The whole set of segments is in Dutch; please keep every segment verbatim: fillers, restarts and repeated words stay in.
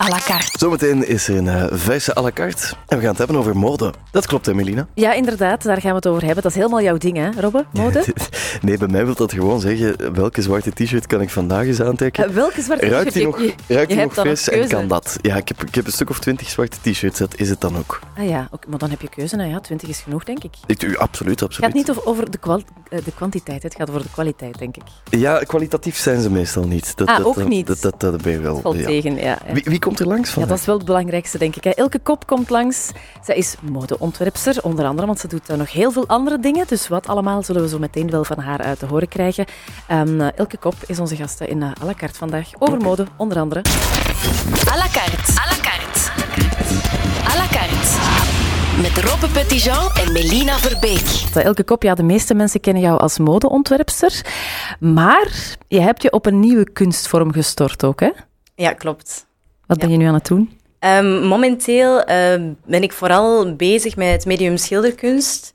à la carte. Zometeen is er een uh, Vijfse à la carte. En we gaan het hebben over mode. Dat klopt, hè, Melina? Ja, inderdaad. Daar gaan we het over hebben. Dat is helemaal jouw ding, hè, Robbe? Mode? Nee, bij mij wil dat gewoon zeggen, welke zwarte t-shirt kan ik vandaag eens aantrekken? Uh, welke zwarte t-shirt? Ruikt die nog, je, ruikt je die nog fris en keuze. kan dat? Ja, ik heb, ik heb een stuk of twintig zwarte t-shirts. Dat is het dan ook. Ah ja, okay, maar dan heb je keuze. Nou ja, twintig is genoeg, denk ik. ik u, absoluut, absoluut. Het gaat niet over de, kwal- de kwantiteit, het gaat over de kwaliteit, denk ik. Ja, kwalitatief zijn ze meestal niet. Dat, ah, dat, ook dat, niet? Dat, dat, dat, dat ben je wel. Dat valt ja. tegen, ja. ja. Wie, wie komt er langs vandaag? Ja, dat is wel het belangrijkste, denk ik. Hè. Elke Kop komt langs. Zij is modeontwerpster, onder andere, want ze doet uh, nog heel veel andere dingen. Dus wat allemaal zullen we zo meteen wel van haar uit te horen krijgen. Um, uh, Elke Kop is onze gast in uh, à la carte vandaag. Over okay. mode, onder andere. À la carte. À la carte. À la carte. Met Robbe Petitjean en Melina Verbeek. Elke Kop, ja, de meeste mensen kennen jou als modeontwerpster. Maar je hebt je op een nieuwe kunstvorm gestort ook, hè? Ja, klopt. Wat ben ja. je nu aan het doen? Um, momenteel uh, ben ik vooral bezig met het medium schilderkunst.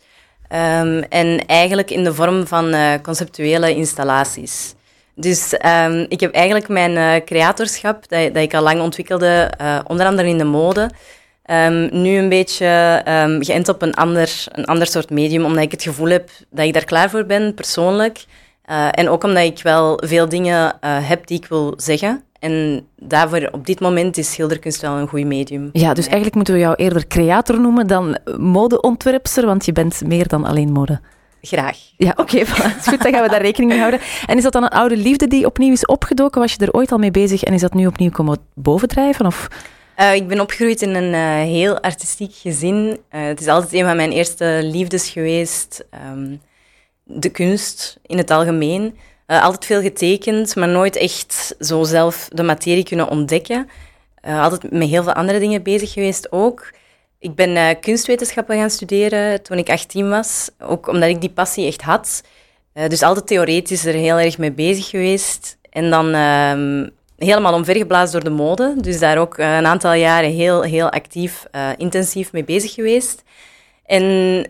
Um, en eigenlijk in de vorm van uh, conceptuele installaties. Dus um, ik heb eigenlijk mijn uh, creatorschap, dat, dat ik al lang ontwikkelde, uh, onder andere in de mode, um, nu een beetje um, geënt op een ander, een ander soort medium, omdat ik het gevoel heb dat ik daar klaar voor ben, persoonlijk. Uh, en ook omdat ik wel veel dingen uh, heb die ik wil zeggen. En daarvoor op dit moment is schilderkunst wel een goed medium. Ja, dus eigenlijk moeten we jou eerder creator noemen dan modeontwerpster, want je bent meer dan alleen mode. Graag. Ja, oké, okay, voilà. Is goed, dan gaan we daar rekening mee houden. En is dat dan een oude liefde die opnieuw is opgedoken? Was je er ooit al mee bezig en is dat nu opnieuw komen bovendrijven? Of? Uh, ik ben opgegroeid in een uh, heel artistiek gezin. Uh, het is altijd een van mijn eerste liefdes geweest. Um, de kunst in het algemeen. Uh, altijd veel getekend, maar nooit echt zo zelf de materie kunnen ontdekken. Uh, altijd met heel veel andere dingen bezig geweest ook. Ik ben uh, kunstwetenschappen gaan studeren toen ik achttien was, ook omdat ik die passie echt had. Uh, dus altijd theoretisch er heel erg mee bezig geweest. En dan uh, helemaal omvergeblazen door de mode. Dus daar ook uh, een aantal jaren heel, heel actief, uh, intensief mee bezig geweest. En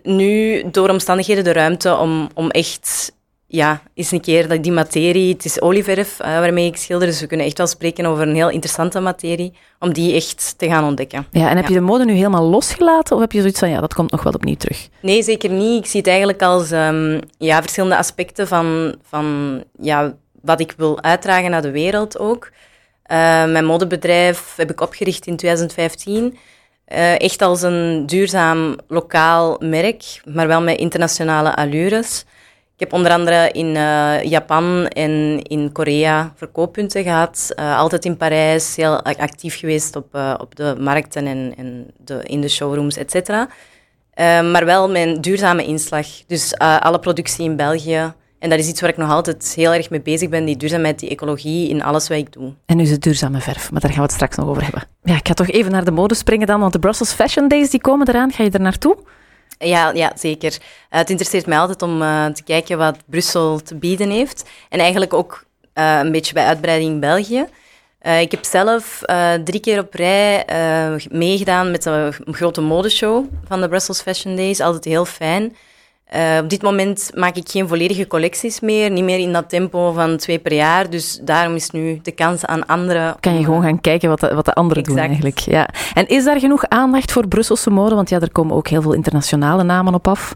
nu door omstandigheden de ruimte om, om echt... Ja, eens een keer dat die materie, het is olieverf uh, waarmee ik schilder, dus we kunnen echt wel spreken over een heel interessante materie, om die echt te gaan ontdekken. Ja, en heb ja. je de mode nu helemaal losgelaten, of heb je zoiets van, ja, dat komt nog wel opnieuw terug? Nee, zeker niet. Ik zie het eigenlijk als um, ja, verschillende aspecten van, van ja, wat ik wil uitdragen naar de wereld ook. Uh, mijn modebedrijf heb ik opgericht in twintig vijftien. Uh, echt als een duurzaam lokaal merk, maar wel met internationale allures. Ik heb onder andere in uh, Japan en in Korea verkooppunten gehad. Uh, altijd in Parijs, heel actief geweest op, uh, op de markten en, en de, in de showrooms, et cetera. Uh, maar wel met een duurzame inslag. Dus uh, alle productie in België. En dat is iets waar ik nog altijd heel erg mee bezig ben, die duurzaamheid, die ecologie in alles wat ik doe. En nu is het duurzame verf, maar daar gaan we het straks nog over hebben. Ja, ik ga toch even naar de mode springen dan, want de Brussels Fashion Days die komen eraan. Ga je er naartoe? Ja, ja, zeker. Uh, het interesseert mij altijd om uh, te kijken wat Brussel te bieden heeft. En eigenlijk ook uh, een beetje bij uitbreiding in België. Uh, ik heb zelf uh, drie keer op rij uh, meegedaan met een grote modeshow van de Brussels Fashion Days. Altijd heel fijn. Uh, op dit moment maak ik geen volledige collecties meer. Niet meer in dat tempo van twee per jaar. Dus daarom is nu de kans aan anderen... Kan je gewoon gaan kijken wat de, wat de anderen exact. doen eigenlijk. Ja. En is daar genoeg aandacht voor Brusselse mode? Want ja, er komen ook heel veel internationale namen op af.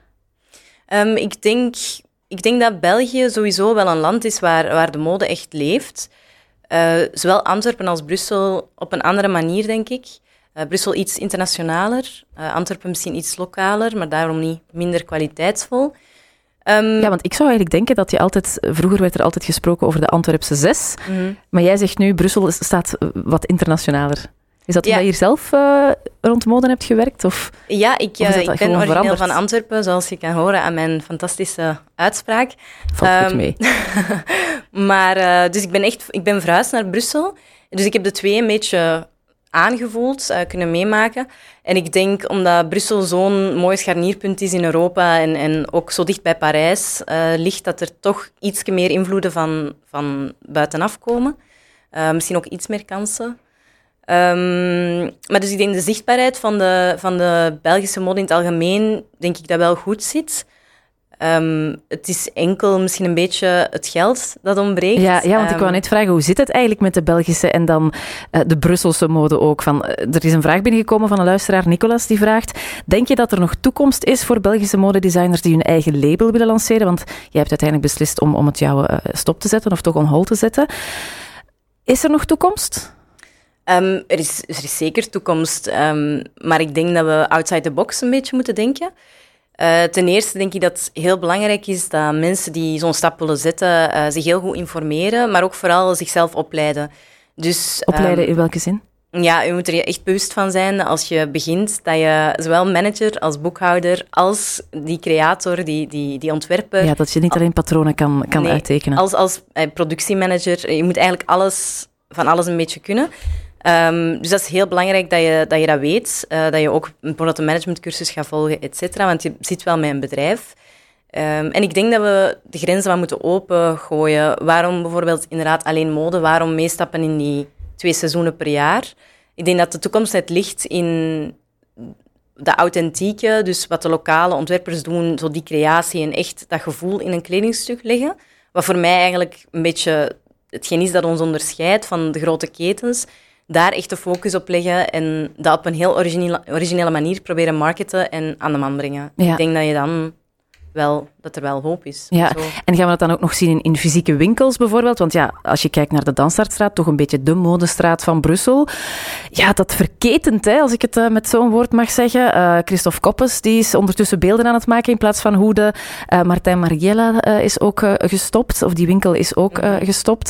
Um, ik, denk, ik denk dat België sowieso wel een land is waar, waar de mode echt leeft. Uh, zowel Antwerpen als Brussel op een andere manier, denk ik. Uh, Brussel iets internationaler, uh, Antwerpen misschien iets lokaler, maar daarom niet minder kwaliteitsvol. Um, ja, want ik zou eigenlijk denken dat je altijd... Vroeger werd er altijd gesproken over de Antwerpse zes, mm-hmm. maar jij zegt nu, Brussel staat wat internationaler. Is dat omdat ja. je hier zelf uh, rond mode hebt gewerkt? Of, ja, ik, of uh, ik ben origineel veranderd? van Antwerpen, zoals je kan horen aan mijn fantastische uitspraak. Valt um, goed mee. maar, uh, dus ik ben echt ik ben verhuisd naar Brussel. Dus ik heb de twee een beetje... aangevoeld, uh, kunnen meemaken. En ik denk, omdat Brussel zo'n mooi scharnierpunt is in Europa en, en ook zo dicht bij Parijs uh, ligt, dat er toch iets meer invloeden van, van buitenaf komen. Uh, misschien ook iets meer kansen. Um, maar dus ik denk de zichtbaarheid van de, van de Belgische mode in het algemeen, denk ik dat wel goed zit. Um, het is enkel misschien een beetje het geld dat ontbreekt. Ja, ja want um, ik wou net vragen, hoe zit het eigenlijk met de Belgische en dan uh, de Brusselse mode ook? Van, uh, er is een vraag binnengekomen van een luisteraar, Nicolas, die vraagt: denk je dat er nog toekomst is voor Belgische modedesigners die hun eigen label willen lanceren? Want jij hebt uiteindelijk beslist om, om het jouwe uh, stop te zetten of toch on hold te zetten. Is er nog toekomst? Um, er, is, er is zeker toekomst, um, maar ik denk dat we outside the box een beetje moeten denken. Uh, ten eerste denk ik dat het heel belangrijk is dat mensen die zo'n stap willen zetten uh, zich heel goed informeren, maar ook vooral zichzelf opleiden. Dus, opleiden um, in welke zin? Ja, je moet er echt bewust van zijn dat als je begint, dat je zowel manager als boekhouder als die creator, die, die, die ontwerper... Ja, dat je niet alleen patronen kan, kan nee, uittekenen. Als, als eh, productiemanager, je moet eigenlijk alles, van alles een beetje kunnen. Um, dus dat is heel belangrijk dat je dat, je dat weet, uh, dat je ook bijvoorbeeld een managementcursus gaat volgen, et cetera, want je zit wel met een bedrijf. Um, en ik denk dat we de grenzen wat moeten opengooien. Waarom bijvoorbeeld inderdaad alleen mode? Waarom meestappen in die twee seizoenen per jaar? Ik denk dat de toekomst net ligt in de authentieke, dus wat de lokale ontwerpers doen, zo die creatie en echt dat gevoel in een kledingstuk leggen. Wat voor mij eigenlijk een beetje hetgeen is dat ons onderscheidt van de grote ketens. Daar echt de focus op leggen en dat op een heel originele, originele manier proberen marketen en aan de man brengen. Ja. Ik denk dat je dan wel, dat er wel hoop is. Ja. En gaan we dat dan ook nog zien in, in fysieke winkels bijvoorbeeld? Want ja, als je kijkt naar de Dansaardstraat, toch een beetje de modestraat van Brussel. Ja, dat verketent, hè, als ik het uh, met zo'n woord mag zeggen. Uh, Christophe Koppes, die is ondertussen beelden aan het maken in plaats van hoeden. Uh, Martijn Margiela uh, is ook uh, gestopt, of die winkel is ook uh, gestopt.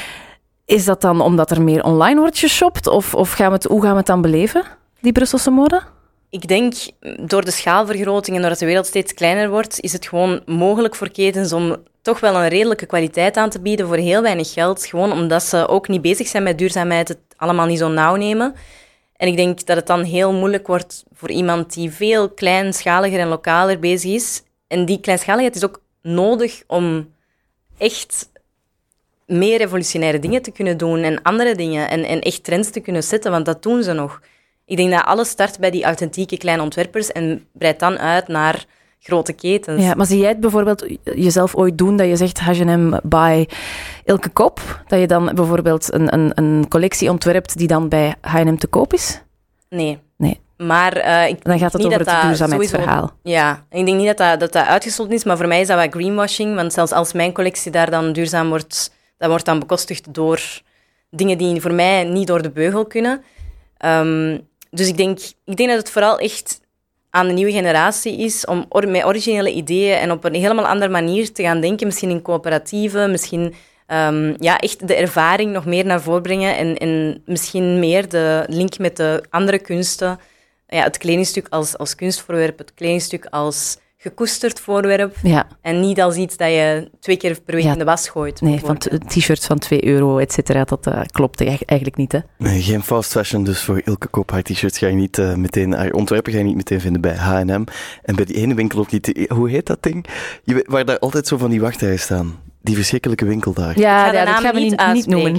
Is dat dan omdat er meer online wordt geshopt? Of, of gaan we het, hoe gaan we het dan beleven, die Brusselse mode? Ik denk, door de schaalvergroting en doordat de wereld steeds kleiner wordt, is het gewoon mogelijk voor ketens om toch wel een redelijke kwaliteit aan te bieden voor heel weinig geld. Gewoon omdat ze ook niet bezig zijn met duurzaamheid, het allemaal niet zo nauw nemen. En ik denk dat het dan heel moeilijk wordt voor iemand die veel kleinschaliger en lokaler bezig is. En die kleinschaligheid is ook nodig om echt meer revolutionaire dingen te kunnen doen en andere dingen en, en echt trends te kunnen zetten, want dat doen ze nog. Ik denk dat alles start bij die authentieke kleine ontwerpers en breidt dan uit naar grote ketens. Ja, maar zie jij het bijvoorbeeld jezelf ooit doen dat je zegt H en M by Ilke Kop? Dat je dan bijvoorbeeld een, een, een collectie ontwerpt die dan bij H en M te koop is? Nee. Nee. Maar uh, ik dan gaat het over het duurzaamheidsverhaal. Sowieso, ja, ik denk niet dat dat, dat dat uitgesloten is, maar voor mij is dat wat greenwashing, want zelfs als mijn collectie daar dan duurzaam wordt, dat wordt dan bekostigd door dingen die voor mij niet door de beugel kunnen. Um, dus ik denk, ik denk dat het vooral echt aan de nieuwe generatie is om or- met originele ideeën en op een helemaal andere manier te gaan denken. Misschien in coöperatieven, misschien um, ja, echt de ervaring nog meer naar voren brengen en, en misschien meer de link met de andere kunsten. Ja, het kledingstuk als, als kunstvoorwerp, het kledingstuk als gekoesterd voorwerp. Ja. En niet als iets dat je twee keer per week ja. in de was gooit. Nee, van t- t-shirts van twee euro, et cetera. Dat uh, klopt eigenlijk niet, hè? Nee, geen fast fashion, dus voor Ilke Kop haar t-shirts ga je niet uh, meteen... Haar ontwerpen ga je niet meteen vinden bij H en M. En bij die ene winkel ook niet... Hoe heet dat ding? Je, waar daar altijd zo van die wachtrijen staan. Die verschrikkelijke winkel daar. Ja, ja dat gaan we niet, niet noemen.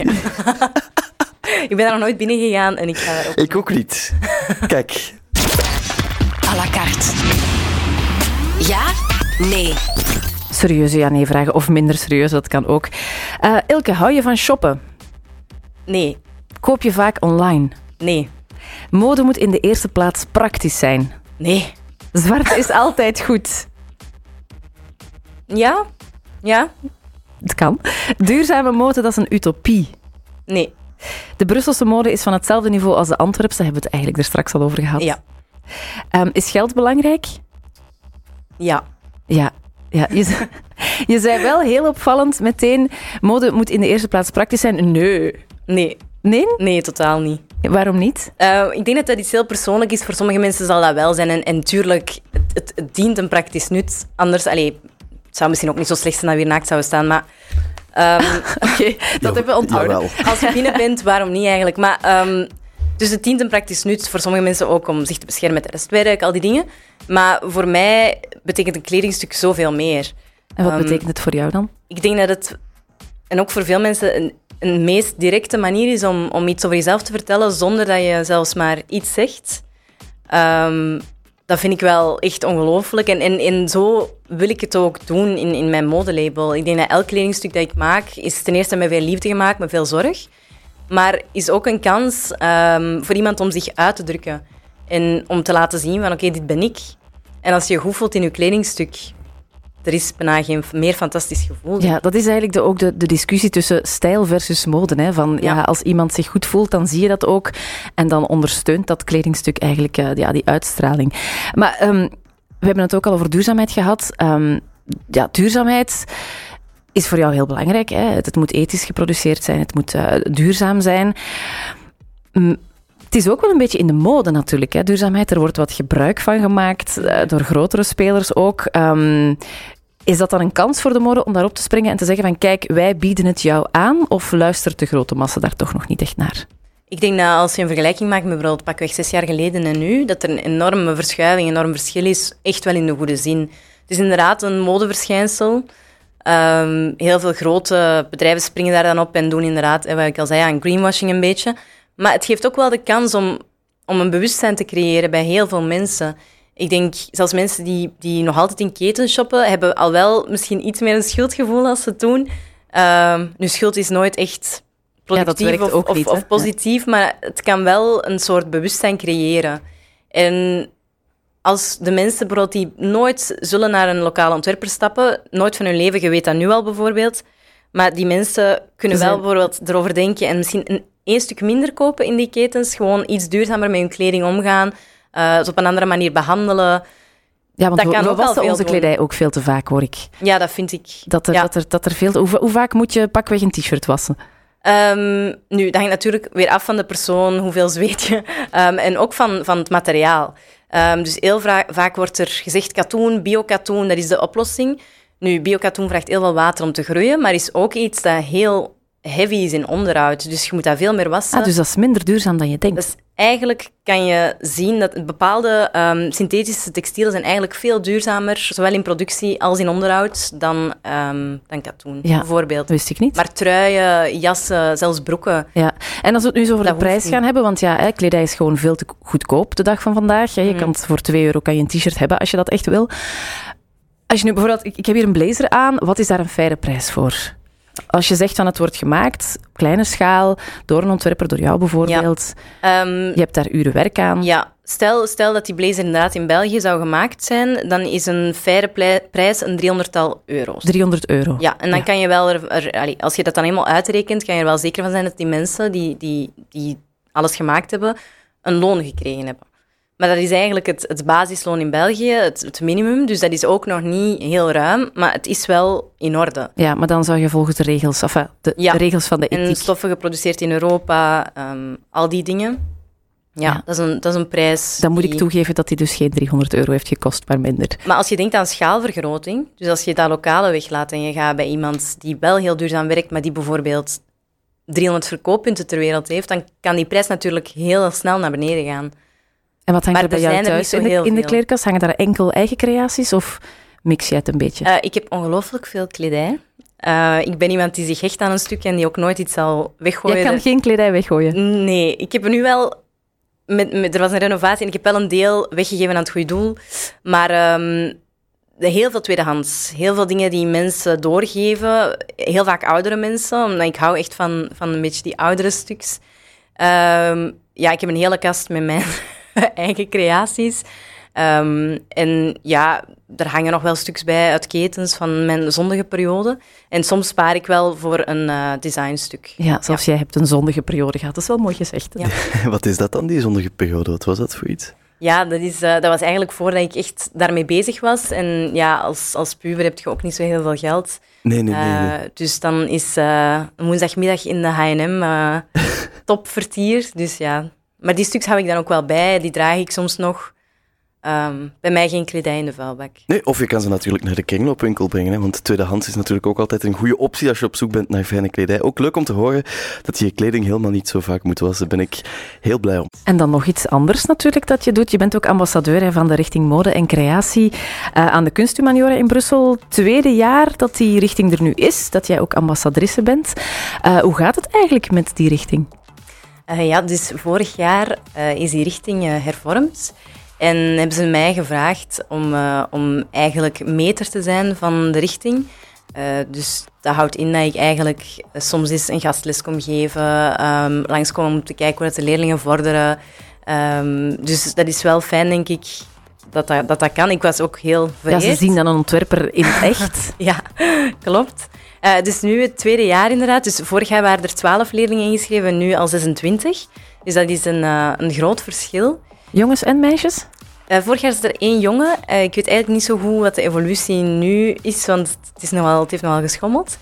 Ik ben daar nog nooit binnen gegaan en ik ga daar ook... Ik ook niet. Kijk. À la carte. Ja? Nee. Serieuze ja-nee-vragen of minder serieus, dat kan ook. Uh, Ilke, hou je van shoppen? Nee. Koop je vaak online? Nee. Mode moet in de eerste plaats praktisch zijn? Nee. Zwart is altijd goed? Ja? Ja? Het kan. Duurzame mode, dat is een utopie? Nee. De Brusselse mode is van hetzelfde niveau als de Antwerpse, daar hebben we het eigenlijk er straks al over gehad. Ja. Um, is geld belangrijk? Ja. Ja. Ja, je, je zei wel heel opvallend meteen, mode moet in de eerste plaats praktisch zijn. Nee. Nee. Nee? Nee, totaal niet. Waarom niet? Uh, ik denk dat dat iets heel persoonlijk is. Voor sommige mensen zal dat wel zijn. En, en tuurlijk, het, het, het dient een praktisch nut. Anders, allee, het zou misschien ook niet zo slecht zijn dat we hier naakt zouden staan, maar... Um, Oké, okay, dat hebben we onthouden. Jawel. Als je binnen bent, waarom niet eigenlijk? Maar... Um, Dus het dient een praktisch nut voor sommige mensen ook om zich te beschermen tijdens het werk, al die dingen. Maar voor mij betekent een kledingstuk zoveel meer. En wat um, betekent het voor jou dan? Ik denk dat het, en ook voor veel mensen, een, een meest directe manier is om, om iets over jezelf te vertellen zonder dat je zelfs maar iets zegt. Um, dat vind ik wel echt ongelooflijk. En, en, en zo wil ik het ook doen in, in mijn modelabel. Ik denk dat elk kledingstuk dat ik maak, is ten eerste met veel liefde gemaakt, met veel zorg. Maar is ook een kans um, voor iemand om zich uit te drukken. En om te laten zien van, oké, okay, dit ben ik. En als je je goed voelt in je kledingstuk, er is bijna geen meer fantastisch gevoel. Ja, dat is eigenlijk de, ook de, de discussie tussen stijl versus mode. Hè? Van, ja. Ja, als iemand zich goed voelt, dan zie je dat ook. En dan ondersteunt dat kledingstuk eigenlijk uh, ja, die uitstraling. Maar um, we hebben het ook al over duurzaamheid gehad. Um, ja, duurzaamheid is voor jou heel belangrijk. Hè? Het, het moet ethisch geproduceerd zijn, het moet uh, duurzaam zijn. Um, Het is ook wel een beetje in de mode natuurlijk, hè, duurzaamheid. Er wordt wat gebruik van gemaakt, uh, door grotere spelers ook. Um, is dat dan een kans voor de mode om daarop te springen en te zeggen van kijk, wij bieden het jou aan? Of luistert de grote massa daar toch nog niet echt naar? Ik denk dat als je een vergelijking maakt met bijvoorbeeld pakweg zes jaar geleden en nu, dat er een enorme verschuiving, een enorm verschil is, echt wel in de goede zin. Het is inderdaad een modeverschijnsel. Um, heel veel grote bedrijven springen daar dan op en doen inderdaad, wat ik al zei, aan greenwashing een beetje. Maar het geeft ook wel de kans om, om een bewustzijn te creëren bij heel veel mensen. Ik denk, zelfs mensen die, die nog altijd in keten shoppen, hebben al wel misschien iets meer een schuldgevoel als ze het doen. Uh, nu, schuld is nooit echt productief ja, of, of, niet, of positief, maar het kan wel een soort bewustzijn creëren. En als de mensen bijvoorbeeld die nooit zullen naar een lokale ontwerper stappen, nooit van hun leven, je weet dat nu al bijvoorbeeld, maar die mensen kunnen wel bijvoorbeeld erover denken en misschien een één stuk minder kopen in die ketens, gewoon iets duurzamer met hun kleding omgaan, uh, het op een andere manier behandelen. Ja, want dat we, kan we ook wassen wel onze doen. kledij ook veel te vaak, hoor ik. Ja, dat vind ik. Dat er, ja. dat er, dat er veel... Hoe, hoe vaak moet je pakweg een t-shirt wassen? Um, nu, dat hangt natuurlijk weer af van de persoon, hoeveel zweet je, um, en ook van, van het materiaal. Um, dus heel vra- vaak wordt er gezegd katoen, bio-katoen, dat is de oplossing. Nu, bio-katoen vraagt heel veel water om te groeien, maar is ook iets dat heel heavy is in onderhoud. Dus je moet dat veel meer wassen. Ah, dus dat is minder duurzaam dan je denkt. Dus eigenlijk kan je zien dat bepaalde um, synthetische textielen zijn eigenlijk veel duurzamer, zowel in productie als in onderhoud, dan, um, dan katoen, ja, bijvoorbeeld. Dat wist ik niet. Maar truien, jassen, zelfs broeken. Ja. En als we het nu zo over dat de prijs niet. gaan hebben, want ja, hè, kledij is gewoon veel te goedkoop de dag van vandaag. Ja, je mm. kan het voor twee euro kan je een t-shirt hebben als je dat echt wil. Als je nu bijvoorbeeld, ik, ik heb hier een blazer aan, wat is daar een faire prijs voor? Als je zegt van het wordt gemaakt op kleine schaal, door een ontwerper, door jou bijvoorbeeld. Ja. Um, je hebt daar uren werk aan. Ja, stel, stel dat die blazer inderdaad in België zou gemaakt zijn, dan is een faire plei- prijs een driehonderdtal euro's. driehonderd euro. Ja, en dan ja. kan je wel, er, er, allee, als je dat dan eenmaal uitrekent, kan je er wel zeker van zijn dat die mensen die, die, die alles gemaakt hebben, een loon gekregen hebben. Maar dat is eigenlijk het, het basisloon in België, het, het minimum. Dus dat is ook nog niet heel ruim, maar het is wel in orde. Ja, maar dan zou je volgens de regels, enfin, de, ja. de regels van de ethiek... En stoffen geproduceerd in Europa, um, al die dingen. Ja, ja. Dat, is een, dat is een prijs. Dan moet die... ik toegeven dat die dus geen driehonderd euro heeft gekost, maar minder. Maar als je denkt aan schaalvergroting, dus als je dat lokale weglaat en je gaat bij iemand die wel heel duurzaam werkt, maar die bijvoorbeeld driehonderd verkooppunten ter wereld heeft, dan kan die prijs natuurlijk heel snel naar beneden gaan. En wat hangt maar er bij jou er thuis in de, in de kleerkast? Hangen daar enkel eigen creaties of mix je het een beetje? Uh, ik heb ongelooflijk veel kledij. Uh, ik ben iemand die zich hecht aan een stuk en die ook nooit iets zal weggooien. Jij kan geen kledij weggooien? Nee, ik heb nu wel... Met, met, er was een renovatie en ik heb wel een deel weggegeven aan het goede doel. Maar um, heel veel tweedehands. Heel veel dingen die mensen doorgeven. Heel vaak oudere mensen, omdat ik hou echt van, van een beetje die oudere stuks. Um, ja, ik heb een hele kast met mijn... eigen creaties. Um, en ja, er hangen nog wel stuks bij uit ketens van mijn zondige periode. En soms spaar ik wel voor een uh, designstuk. Ja, zoals ja. jij hebt een zondige periode gehad. Dat is wel mooi gezegd. Ja. Wat is dat dan, die zondige periode? Wat was dat voor iets? Ja, dat, is, uh, dat was eigenlijk voordat ik echt daarmee bezig was. En ja, als, als puber heb je ook niet zo heel veel geld. Nee, nee, nee. nee. Uh, dus dan is uh, een woensdagmiddag in de H en M uh, top vertier. Dus ja... Maar die stuks hou ik dan ook wel bij, die draag ik soms nog. Um, bij mij geen kledij in de vuilbak. Nee, of je kan ze natuurlijk naar de kringloopwinkel brengen, hè, want tweedehands is natuurlijk ook altijd een goede optie als je op zoek bent naar fijne kledij. Ook leuk om te horen dat je je kleding helemaal niet zo vaak moet wassen. Daar ben ik heel blij om. En dan nog iets anders natuurlijk dat je doet. Je bent ook ambassadeur hè, van de richting mode en creatie uh, aan de Kunsthumaniora in Brussel. Tweede jaar dat die richting er nu is, dat jij ook ambassadrice bent. Uh, hoe gaat het eigenlijk met die richting? Uh, ja, dus vorig jaar uh, is die richting uh, hervormd. En hebben ze mij gevraagd om, uh, om eigenlijk meter te zijn van de richting. Uh, dus dat houdt in dat ik eigenlijk uh, soms eens een gastles kom geven, um, langskomen om te kijken hoe dat de leerlingen vorderen. Um, dus dat is wel fijn, denk ik, dat dat, dat dat kan. Ik was ook heel vereerd. Ja, ze zien dan een ontwerper in het echt. Ja, klopt. Uh, dus nu het tweede jaar inderdaad. Dus vorig jaar waren er twaalf leerlingen ingeschreven, nu al zesentwintig. Dus dat is een, uh, een groot verschil. Jongens en meisjes? Uh, vorig jaar is er één jongen. Uh, ik weet eigenlijk niet zo goed wat de evolutie nu is, want het, is nogal, het heeft nogal geschommeld.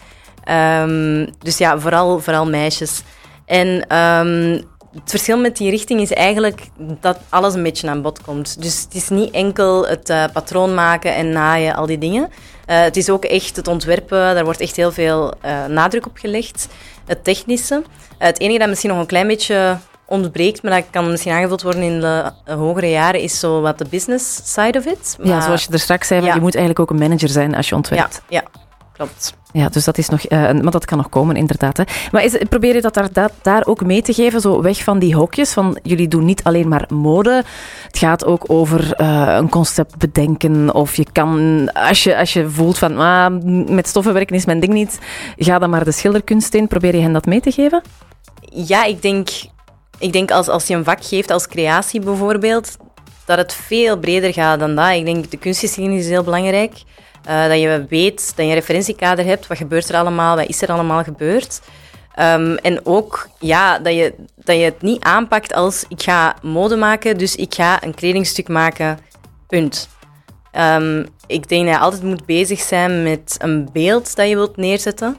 Um, dus ja, vooral, vooral meisjes. En um, het verschil met die richting is eigenlijk dat alles een beetje aan bod komt. Dus het is niet enkel het uh, patroon maken en naaien, al die dingen. Uh, het is ook echt het ontwerpen, daar wordt echt heel veel uh, nadruk op gelegd. Het technische. Uh, het enige dat misschien nog een klein beetje ontbreekt, maar dat kan misschien aangevuld worden in de hogere jaren, is zo wat de business side of it. Maar, ja, zoals je er straks zei, ja. Je moet eigenlijk ook een manager zijn als je ontwerpt. Ja, ja, klopt. Ja, dus dat is nog, uh, maar dat kan nog komen, inderdaad. Hè. Maar is, probeer je dat daar, dat daar ook mee te geven, zo weg van die hokjes, van jullie doen niet alleen maar mode, het gaat ook over uh, een concept bedenken, of je kan, als je, als je voelt van, ah, met stoffen werken is mijn ding niet, ga dan maar de schilderkunst in, probeer je hen dat mee te geven? Ja, ik denk, ik denk als, als je een vak geeft als creatie bijvoorbeeld, dat het veel breder gaat dan dat. Ik denk, de kunstgeschiedenis is heel belangrijk. Uh, dat je weet, dat je een referentiekader hebt. Wat gebeurt er allemaal? Wat is er allemaal gebeurd? Um, en ook ja, dat, je, dat je het niet aanpakt als ik ga mode maken, dus ik ga een kledingstuk maken, punt. Um, ik denk dat je altijd moet bezig zijn met een beeld dat je wilt neerzetten.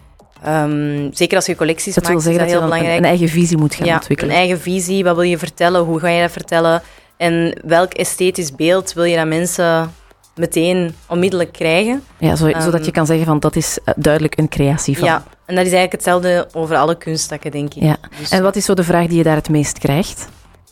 Um, zeker als je collecties dat maakt, wil zeggen is dat, dat heel je belangrijk. Een eigen visie moet gaan ja, ontwikkelen. Een eigen visie. Wat wil je vertellen? Hoe ga je dat vertellen? En welk esthetisch beeld wil je dat mensen meteen onmiddellijk krijgen? Ja, zo, um, zodat je kan zeggen van dat is duidelijk een creatie van. Ja, en dat is eigenlijk hetzelfde over alle kunsttakken, denk ik. Ja. Dus, en wat is zo de vraag die je daar het meest krijgt?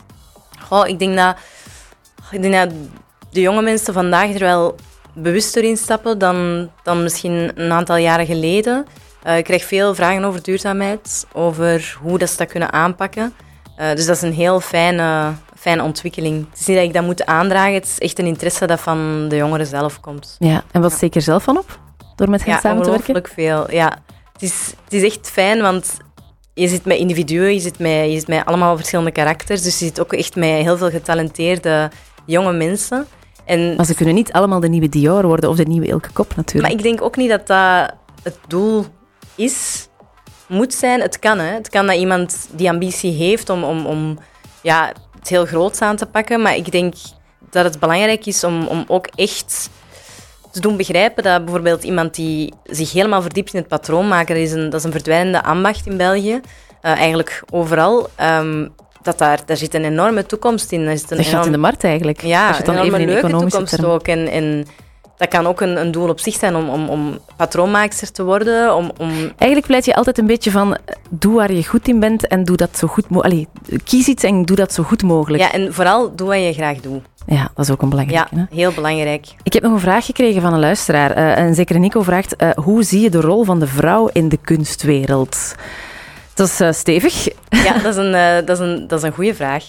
Oh, ik denk dat, ik denk dat de jonge mensen vandaag er wel bewuster in stappen dan, dan misschien een aantal jaren geleden. Uh, ik krijg veel vragen over duurzaamheid, over hoe dat ze dat kunnen aanpakken. Uh, dus dat is een heel fijne, fijne ontwikkeling. Het is niet dat ik dat moet aandragen, het is echt een interesse dat van de jongeren zelf komt. Ja, en wat ja. steek je er zelf van op, door met hen ja, samen te werken? Ja, ongelooflijk veel. Ja. Het, is, het is echt fijn, want je zit met individuen, je zit met, je zit met allemaal verschillende karakters, dus je zit ook echt met heel veel getalenteerde jonge mensen. En maar ze kunnen niet allemaal de nieuwe Dior worden of de nieuwe Ilke Kop natuurlijk. Maar ik denk ook niet dat dat het doel is, moet zijn. Het kan, hè. Het kan dat iemand die ambitie heeft om, om, om ja, het heel groots aan te pakken, maar ik denk dat het belangrijk is om, om ook echt te doen begrijpen dat bijvoorbeeld iemand die zich helemaal verdiept in het patroon maken, dat is een, dat is een verdwijnende ambacht in België, uh, eigenlijk overal, um, dat daar, daar zit een enorme toekomst in. Daar zit een dat gaat enorm, in de markt eigenlijk. Ja, Als je het dan een even enorme in leuke economische toekomst termen. ook. En, en dat kan ook een, een doel op zich zijn om, om, om patroonmaakster te worden. Om, om... Eigenlijk pleit je altijd een beetje van, doe waar je goed in bent en doe dat zo goed mogelijk. Kies iets en doe dat zo goed mogelijk. Ja, en vooral doe wat je graag doet. Ja, dat is ook een belangrijke. Ja, hè? heel belangrijk. Ik heb nog een vraag gekregen van een luisteraar. Uh, en zeker Nico vraagt, uh, hoe zie je de rol van de vrouw in de kunstwereld? Dat is uh, stevig. Ja, dat is een, uh, dat is een, dat is een goede vraag.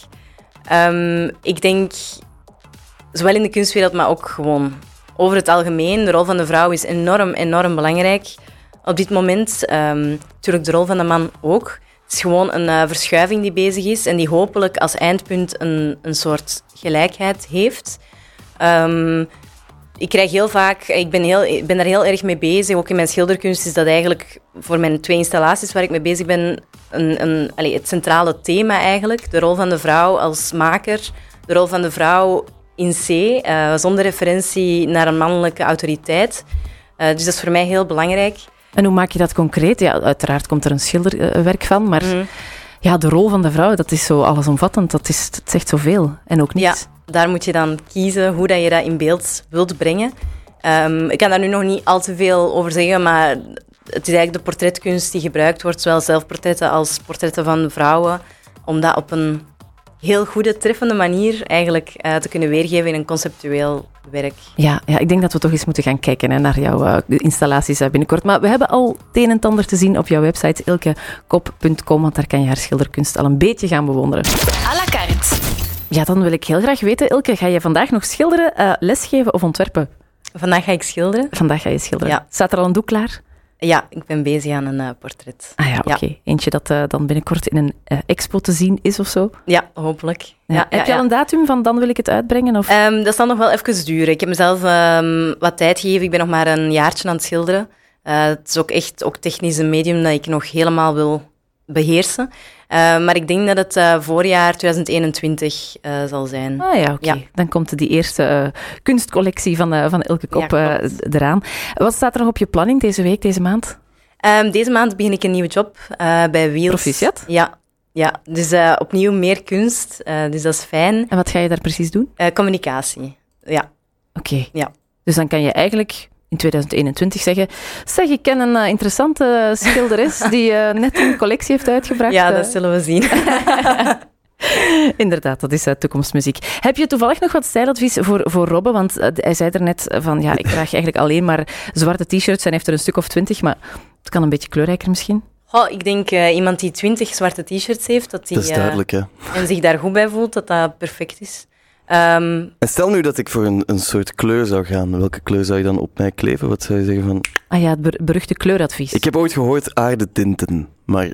Um, ik denk, zowel in de kunstwereld, maar ook gewoon over het algemeen, de rol van de vrouw is enorm, enorm belangrijk. Op dit moment, um, natuurlijk de rol van de man ook. Het is gewoon een uh, verschuiving die bezig is en die hopelijk als eindpunt een, een soort gelijkheid heeft. Um, ik krijg heel vaak, ik ben, heel, ik ben daar heel erg mee bezig, ook in mijn schilderkunst is dat eigenlijk voor mijn twee installaties waar ik mee bezig ben, een, een, allez, het centrale thema eigenlijk. De rol van de vrouw als maker, de rol van de vrouw in C, uh, zonder referentie naar een mannelijke autoriteit. Uh, dus dat is voor mij heel belangrijk. En hoe maak je dat concreet? Ja, uiteraard komt er een schilderwerk van, maar mm. ja, de rol van de vrouw, dat is zo allesomvattend, dat, is, dat zegt zoveel en ook niets. Ja, daar moet je dan kiezen hoe dat je dat in beeld wilt brengen. Um, ik kan daar nu nog niet al te veel over zeggen, maar het is eigenlijk de portretkunst die gebruikt wordt, zowel zelfportretten als portretten van vrouwen, om dat op een heel goede, treffende manier eigenlijk uh, te kunnen weergeven in een conceptueel werk. Ja, ja, ik denk dat we toch eens moeten gaan kijken hè, naar jouw uh, installaties uh, binnenkort. Maar we hebben al het een en ander te zien op jouw website ilke kop punt com, want daar kan je haar schilderkunst al een beetje gaan bewonderen. À la carte. Ja, dan wil ik heel graag weten, Ilke, ga je vandaag nog schilderen, uh, lesgeven of ontwerpen? Vandaag ga ik schilderen. Vandaag ga je schilderen. Ja. Staat er al een doek klaar? Ja, ik ben bezig aan een uh, portret. Ah ja, oké. Okay. Ja. Eentje dat uh, dan binnenkort in een uh, expo te zien is of zo? Ja, hopelijk. Ja. Ja, Heb ja, je al ja. een datum van dan wil ik het uitbrengen? Of? Um, dat zal nog wel even duren. Ik heb mezelf um, wat tijd gegeven. Ik ben nog maar een jaartje aan het schilderen. Uh, het is ook echt ook technisch een medium dat ik nog helemaal wil beheersen. Uh, maar ik denk dat het uh, voorjaar twintig eenentwintig uh, zal zijn. Ah ja, oké. Okay. Ja. Dan komt die eerste uh, kunstcollectie van, uh, van Ilke Kop ja, uh, eraan. Wat staat er nog op je planning deze week, deze maand? Um, deze maand begin ik een nieuwe job uh, bij Wheels. Proficiat? Ja. Ja, dus uh, opnieuw meer kunst, uh, dus dat is fijn. En wat ga je daar precies doen? Uh, communicatie, ja. Oké. Okay. Ja. Dus dan kan je eigenlijk in twintig eenentwintig zeggen, zeg, ik ken een uh, interessante schilderes die uh, net een collectie heeft uitgebracht. Ja, uh. dat zullen we zien. Inderdaad, dat is uh, toekomstmuziek. Heb je toevallig nog wat stijladvies voor, voor Robbe? Want uh, hij zei er net van, ja, ik draag eigenlijk alleen maar zwarte t-shirts en heeft er een stuk of twintig, maar het kan een beetje kleurrijker misschien. Oh, ik denk uh, iemand die twintig zwarte t-shirts heeft, dat, die, dat is duidelijk, ja. Uh, en zich daar goed bij voelt, dat dat perfect is. Um, en stel nu dat ik voor een, een soort kleur zou gaan. Welke kleur zou je dan op mij kleven? Wat zou je zeggen van... Ah ja, het ber- beruchte kleuradvies. Ik heb ooit gehoord aardetinten, maar...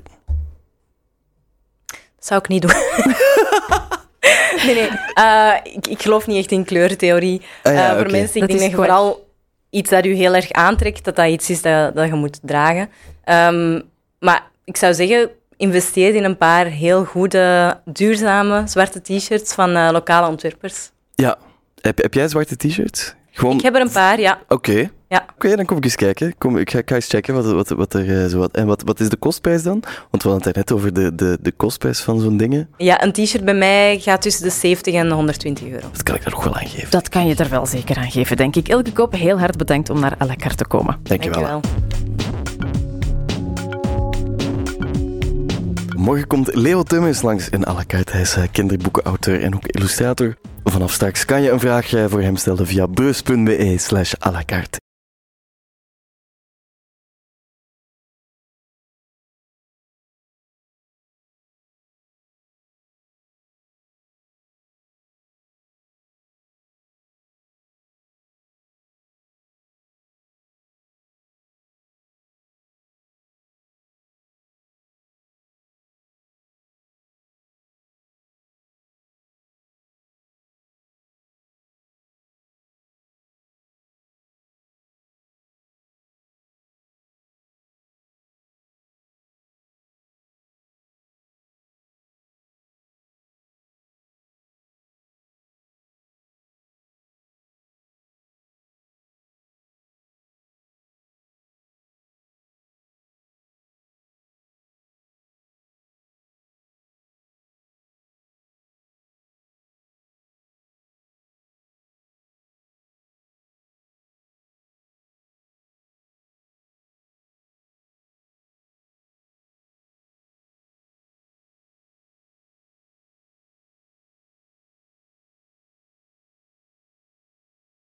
Dat zou ik niet doen. nee, nee. Uh, ik, ik geloof niet echt in kleurtheorie. Ah ja, uh, voor okay. mensen, ik dat denk dat je vooral iets dat je heel erg aantrekt, dat dat iets is dat, dat je moet dragen. Um, maar ik zou zeggen, investeer in een paar heel goede, duurzame zwarte t-shirts van uh, lokale ontwerpers. Ja. Heb, heb jij zwarte t-shirts? Gewoon... Ik heb er een paar, ja. Oké. Okay. Ja. Oké, okay, dan kom ik eens kijken. Kom, ik, ga, ik ga eens checken wat, wat, wat er uh, zo wat... En wat, wat is de kostprijs dan? Want we hadden het net over de, de, de kostprijs van zo'n dingen. Ja, een t-shirt bij mij gaat tussen de zeventig en de honderdtwintig euro. Dat kan ik er nog wel aan geven. Dat kan je er wel zeker aan geven, denk ik. Ilke Kop, heel hard bedankt om naar à la carte te komen. Dank je wel. Dank je wel. Morgen komt Leo Tummers langs in à la carte. Hij is kinderboekenauteur en ook illustrator. Vanaf straks kan je een vraag voor hem stellen via breus punt be slash à la carte.